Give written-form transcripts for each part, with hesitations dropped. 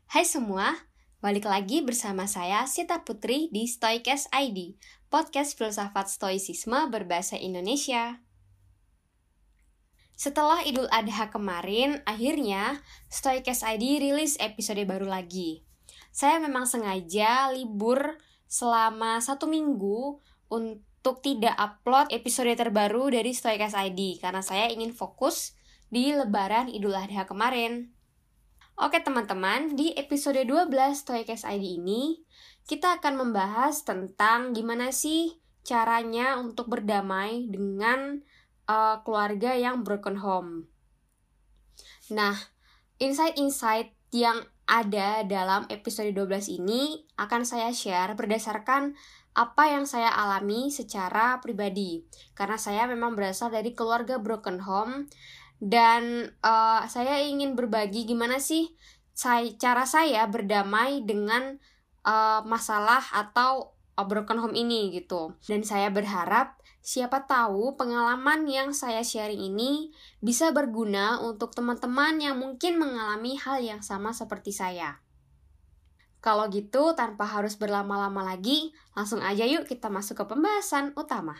Hai semua, balik lagi bersama saya Sita Putri di Stoikes ID, podcast filsafat stoicisme berbahasa Indonesia. Setelah Idul Adha kemarin, akhirnya Stoikes ID rilis episode baru lagi. Saya memang sengaja libur selama 1 minggu untuk tidak upload episode terbaru dari Stoikes ID karena saya ingin fokus di Lebaran Idul Adha kemarin. Oke teman-teman, di episode 12 Stoikes ID ini, kita akan membahas tentang gimana sih caranya untuk berdamai dengan keluarga yang broken home. Nah, insight-insight yang ada dalam episode 12 ini akan saya share berdasarkan apa yang saya alami secara pribadi. Karena saya memang berasal dari keluarga broken home, dan saya ingin berbagi gimana sih cara saya berdamai dengan masalah atau broken home ini gitu. Dan saya berharap siapa tahu pengalaman yang saya sharing ini bisa berguna untuk teman-teman yang mungkin mengalami hal yang sama seperti saya. Kalau gitu, tanpa harus berlama-lama lagi, langsung aja yuk kita masuk ke pembahasan utama.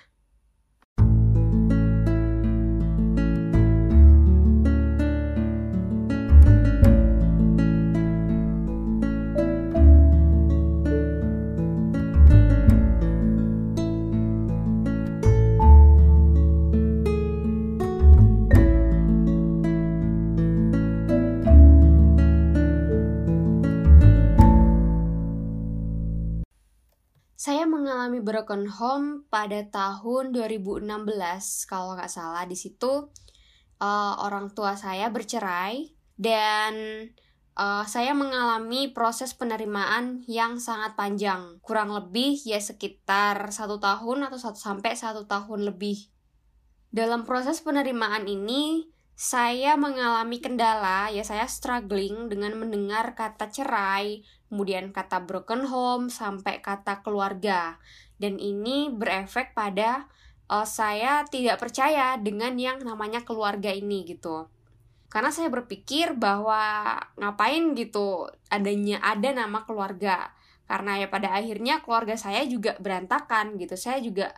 Saya mengalami broken home pada tahun 2016, kalau nggak salah. Di situ orang tua saya bercerai dan saya mengalami proses penerimaan yang sangat panjang, kurang lebih ya sekitar 1 tahun atau 1 tahun lebih. Dalam proses penerimaan ini, saya mengalami kendala, ya saya struggling dengan mendengar kata cerai, kemudian kata broken home, sampai kata keluarga. Dan ini berefek pada saya tidak percaya dengan yang namanya keluarga ini gitu. Karena saya berpikir bahwa ngapain gitu ada nama keluarga. Karena ya pada akhirnya keluarga saya juga berantakan gitu. Saya juga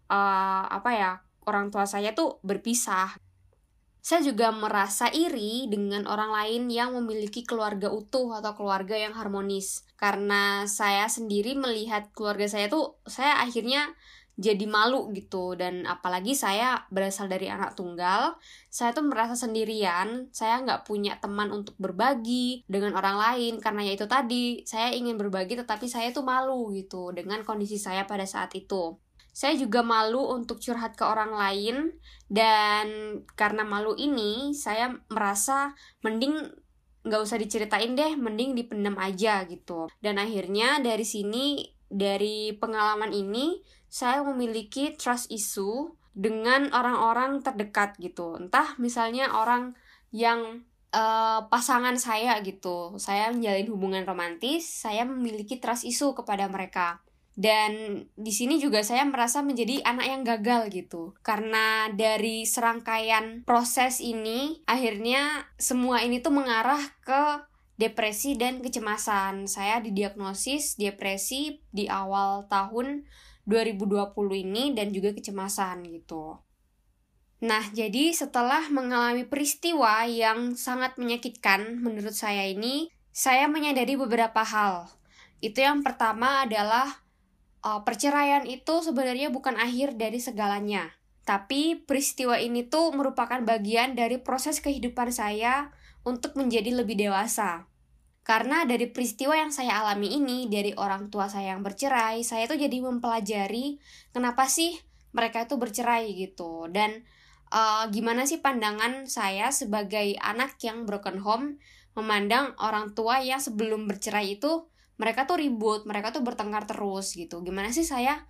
orang tua saya tuh berpisah. Saya juga merasa iri dengan orang lain yang memiliki keluarga utuh atau keluarga yang harmonis. Karena saya sendiri melihat keluarga saya tuh, saya akhirnya jadi malu gitu. Dan apalagi saya berasal dari anak tunggal, saya tuh merasa sendirian, saya nggak punya teman untuk berbagi dengan orang lain. Karena ya itu tadi, saya ingin berbagi tetapi saya tuh malu gitu dengan kondisi saya pada saat itu. Saya juga malu untuk curhat ke orang lain, dan karena malu ini saya merasa mending gak usah diceritain deh, mending dipendam aja gitu. Dan akhirnya dari sini, dari pengalaman ini, saya memiliki trust issue dengan orang-orang terdekat gitu. Entah misalnya orang yang pasangan saya gitu, saya menjalin hubungan romantis, saya memiliki trust issue kepada mereka. Dan di sini juga saya merasa menjadi anak yang gagal gitu. Karena dari serangkaian proses ini, akhirnya semua ini tuh mengarah ke depresi dan kecemasan. Saya didiagnosis depresi di awal tahun 2020 ini dan juga kecemasan gitu. Nah, jadi setelah mengalami peristiwa yang sangat menyakitkan menurut saya ini, saya menyadari beberapa hal. Itu yang pertama adalah perceraian itu sebenarnya bukan akhir dari segalanya. Tapi peristiwa ini tuh merupakan bagian dari proses kehidupan saya untuk menjadi lebih dewasa. Karena dari peristiwa yang saya alami ini, dari orang tua saya yang bercerai, saya tuh jadi mempelajari kenapa sih mereka itu bercerai gitu. Dan gimana sih pandangan saya sebagai anak yang broken home memandang orang tua yang sebelum bercerai itu mereka tuh ribut, mereka tuh bertengkar terus gitu. Gimana sih saya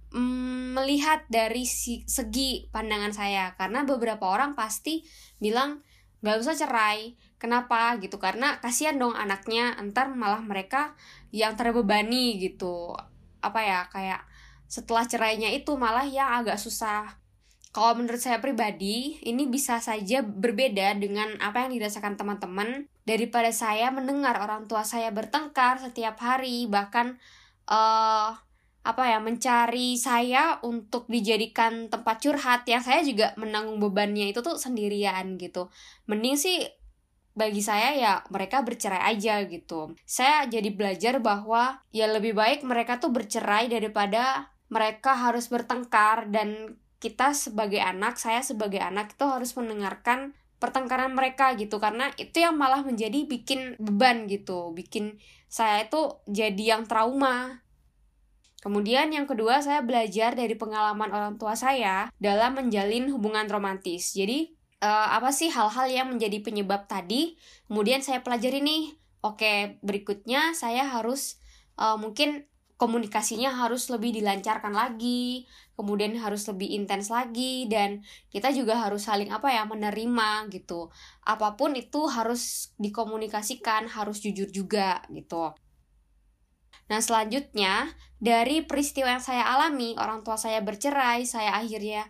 melihat dari segi pandangan saya? Karena beberapa orang pasti bilang gak usah cerai. Kenapa gitu? Karena kasihan dong anaknya, entar malah mereka yang terbebani gitu. Kayak setelah cerainya itu malah yang agak susah. Kalau menurut saya pribadi, ini bisa saja berbeda dengan apa yang dirasakan teman-teman. daripada saya mendengar orang tua saya bertengkar setiap hari, bahkan mencari saya untuk dijadikan tempat curhat, yang saya juga menanggung bebannya itu tuh sendirian gitu. Mending sih bagi saya ya mereka bercerai aja gitu. Saya jadi belajar bahwa ya lebih baik mereka tuh bercerai daripada mereka harus bertengkar, dan kita sebagai anak, saya sebagai anak itu harus mendengarkan pertengkaran mereka gitu, karena itu yang malah menjadi bikin beban gitu, bikin saya itu jadi yang trauma. Kemudian yang kedua, saya belajar dari pengalaman orang tua saya dalam menjalin hubungan romantis. Jadi, apa sih hal-hal yang menjadi penyebab tadi? Kemudian saya pelajari nih, oke, berikutnya saya harus mungkin komunikasinya harus lebih dilancarkan lagi, kemudian harus lebih intens lagi, dan kita juga harus saling menerima gitu. Apapun itu harus dikomunikasikan, harus jujur juga gitu. Nah, selanjutnya, dari peristiwa yang saya alami, orang tua saya bercerai, saya akhirnya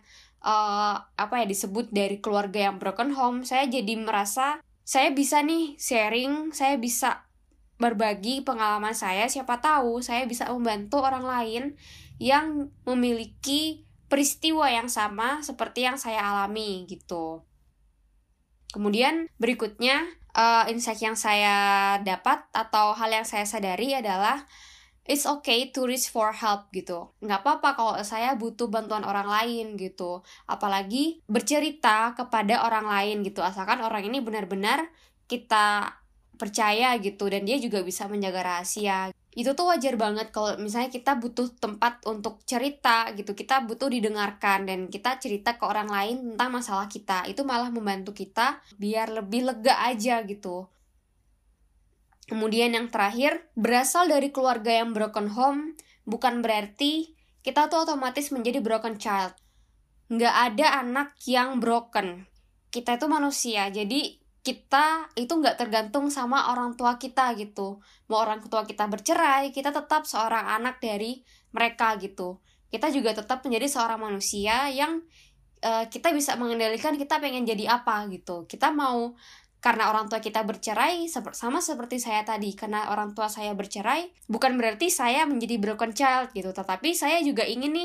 disebut dari keluarga yang broken home, saya jadi merasa saya bisa nih sharing, saya bisa berbagi pengalaman saya, siapa tahu saya bisa membantu orang lain yang memiliki peristiwa yang sama seperti yang saya alami gitu. Kemudian berikutnya, insight yang saya dapat atau hal yang saya sadari adalah it's okay to reach for help gitu. Nggak apa-apa kalau saya butuh bantuan orang lain gitu. Apalagi bercerita kepada orang lain gitu. Asalkan orang ini benar-benar kita percaya gitu, dan dia juga bisa menjaga rahasia. Itu tuh wajar banget kalau misalnya kita butuh tempat untuk cerita gitu. Kita butuh didengarkan dan kita cerita ke orang lain tentang masalah kita. Itu malah membantu kita biar lebih lega aja gitu. Kemudian yang terakhir, berasal dari keluarga yang broken home bukan berarti kita tuh otomatis menjadi broken child. Nggak ada anak yang broken. Kita itu manusia, jadi kita itu nggak tergantung sama orang tua kita gitu. Mau orang tua kita bercerai, kita tetap seorang anak dari mereka gitu. Kita juga tetap menjadi seorang manusia yang kita bisa mengendalikan kita pengen jadi apa gitu. Kita mau, karena orang tua kita bercerai, sama seperti saya tadi, karena orang tua saya bercerai, bukan berarti saya menjadi broken child gitu, tetapi saya juga ingin nih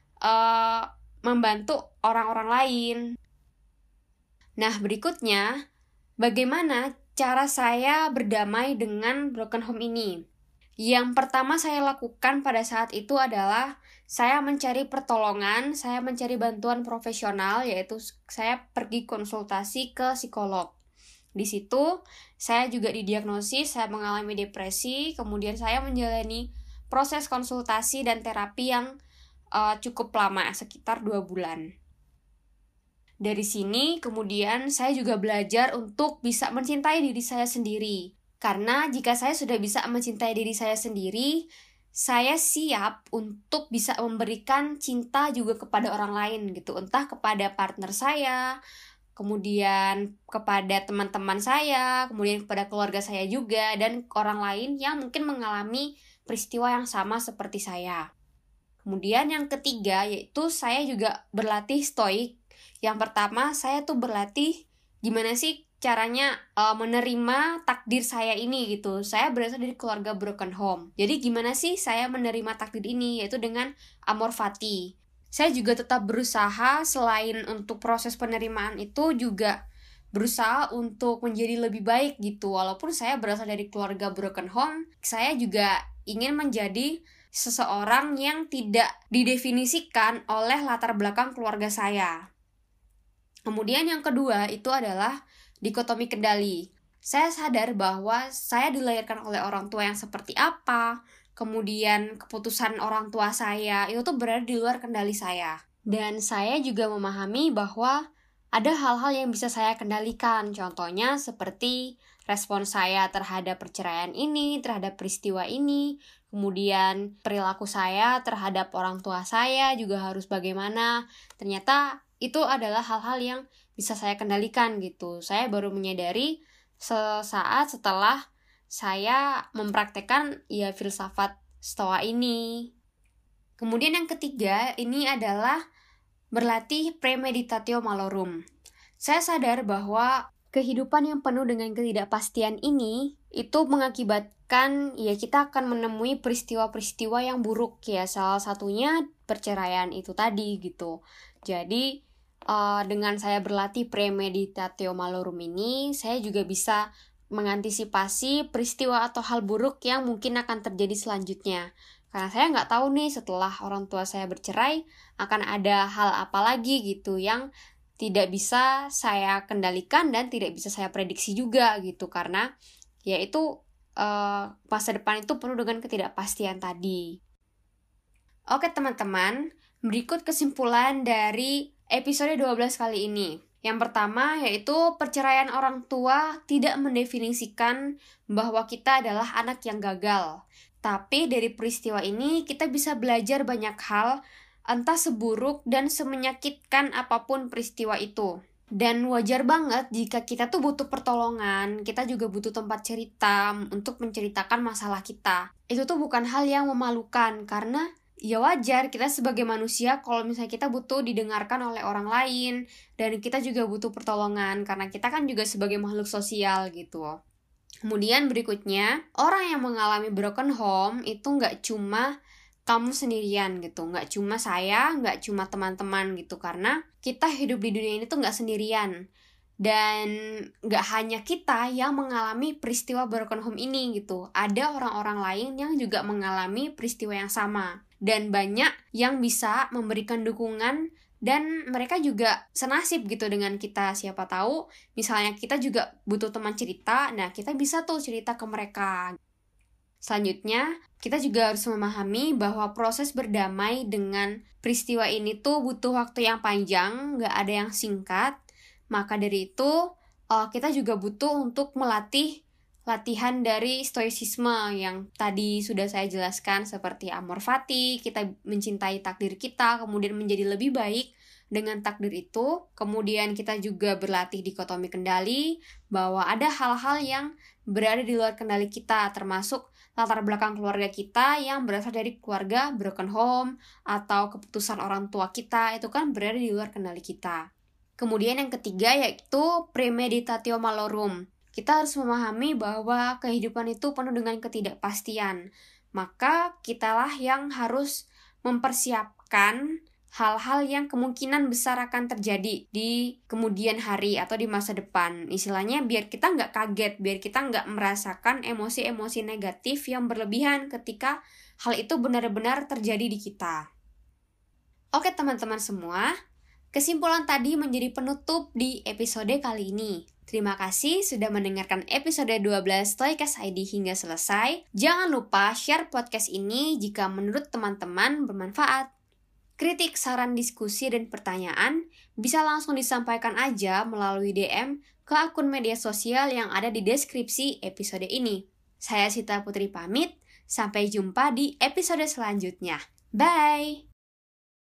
membantu orang-orang lain. Nah, berikutnya, bagaimana cara saya berdamai dengan broken home ini? Yang pertama saya lakukan pada saat itu adalah saya mencari pertolongan, saya mencari bantuan profesional, yaitu saya pergi konsultasi ke psikolog. Di situ saya juga didiagnosis, saya mengalami depresi, kemudian saya menjalani proses konsultasi dan terapi yang cukup lama, sekitar 2 bulan. Dari sini kemudian saya juga belajar untuk bisa mencintai diri saya sendiri. Karena jika saya sudah bisa mencintai diri saya sendiri, saya siap untuk bisa memberikan cinta juga kepada orang lain gitu. Entah kepada partner saya, kemudian kepada teman-teman saya, kemudian kepada keluarga saya juga, dan orang lain yang mungkin mengalami peristiwa yang sama seperti saya. Kemudian yang ketiga, yaitu saya juga berlatih stoik. Yang pertama, saya tuh berlatih gimana sih caranya menerima takdir saya ini gitu. Saya berasal dari keluarga broken home. Jadi gimana sih saya menerima takdir ini, yaitu dengan amor fati. Saya juga tetap berusaha, selain untuk proses penerimaan itu juga berusaha untuk menjadi lebih baik gitu. Walaupun saya berasal dari keluarga broken home, saya juga ingin menjadi seseorang yang tidak didefinisikan oleh latar belakang keluarga saya. Kemudian yang kedua itu adalah dikotomi kendali. Saya sadar bahwa saya dilahirkan oleh orang tua yang seperti apa, kemudian keputusan orang tua saya itu tuh berada di luar kendali saya. Dan saya juga memahami bahwa ada hal-hal yang bisa saya kendalikan. Contohnya seperti respon saya terhadap perceraian ini, terhadap peristiwa ini, kemudian perilaku saya terhadap orang tua saya juga harus bagaimana. Ternyata itu adalah hal-hal yang bisa saya kendalikan gitu. Saya baru menyadari sesaat setelah saya mempraktekkan filsafat Stoa ini. Kemudian yang ketiga ini adalah berlatih premeditatio malorum. Saya sadar bahwa kehidupan yang penuh dengan ketidakpastian ini itu mengakibatkan ya kita akan menemui peristiwa-peristiwa yang buruk ya, salah satunya perceraian itu tadi gitu. Jadi dengan saya berlatih premeditatio malorum ini, saya juga bisa mengantisipasi peristiwa atau hal buruk yang mungkin akan terjadi selanjutnya. Karena saya nggak tahu nih setelah orang tua saya bercerai akan ada hal apa lagi gitu yang tidak bisa saya kendalikan dan tidak bisa saya prediksi juga gitu. Karena yaitu masa depan itu penuh dengan ketidakpastian tadi. Oke teman-teman, berikut kesimpulan dari episode 12 kali ini. Yang pertama yaitu perceraian orang tua tidak mendefinisikan bahwa kita adalah anak yang gagal. Tapi dari peristiwa ini kita bisa belajar banyak hal, entah seburuk dan semenyakitkan apapun peristiwa itu. Dan wajar banget jika kita tuh butuh pertolongan, kita juga butuh tempat cerita untuk menceritakan masalah kita. Itu tuh bukan hal yang memalukan, karena ya wajar kita sebagai manusia kalau misalnya kita butuh didengarkan oleh orang lain, dan kita juga butuh pertolongan karena kita kan juga sebagai makhluk sosial gitu. Kemudian berikutnya, orang yang mengalami broken home itu nggak cuma kamu sendirian gitu, nggak cuma saya, nggak cuma teman-teman gitu, karena kita hidup di dunia ini tuh nggak sendirian. Dan nggak hanya kita yang mengalami peristiwa broken home ini gitu, ada orang-orang lain yang juga mengalami peristiwa yang sama. Dan banyak yang bisa memberikan dukungan dan mereka juga senasib gitu dengan kita. Siapa tahu misalnya kita juga butuh teman cerita, nah kita bisa tuh cerita ke mereka. Selanjutnya, kita juga harus memahami bahwa proses berdamai dengan peristiwa ini tuh butuh waktu yang panjang, nggak ada yang singkat. Maka dari itu, kita juga butuh untuk melatih latihan dari stoicisme yang tadi sudah saya jelaskan, seperti amor fati, kita mencintai takdir kita, kemudian menjadi lebih baik dengan takdir itu. Kemudian kita juga berlatih dikotomi kendali, bahwa ada hal-hal yang berada di luar kendali kita, termasuk latar belakang keluarga kita yang berasal dari keluarga broken home, atau keputusan orang tua kita, itu kan berada di luar kendali kita. Kemudian yang ketiga yaitu premeditatio malorum. Kita harus memahami bahwa kehidupan itu penuh dengan ketidakpastian. Maka kitalah yang harus mempersiapkan hal-hal yang kemungkinan besar akan terjadi di kemudian hari atau di masa depan. Istilahnya biar kita nggak kaget, biar kita nggak merasakan emosi-emosi negatif yang berlebihan ketika hal itu benar-benar terjadi di kita. Oke teman-teman semua, kesimpulan tadi menjadi penutup di episode kali ini. Terima kasih sudah mendengarkan episode 12 Stoikas ID hingga selesai. Jangan lupa share podcast ini jika menurut teman-teman bermanfaat. Kritik, saran, diskusi, dan pertanyaan bisa langsung disampaikan aja melalui DM ke akun media sosial yang ada di deskripsi episode ini. Saya Sita Putri pamit, sampai jumpa di episode selanjutnya. Bye!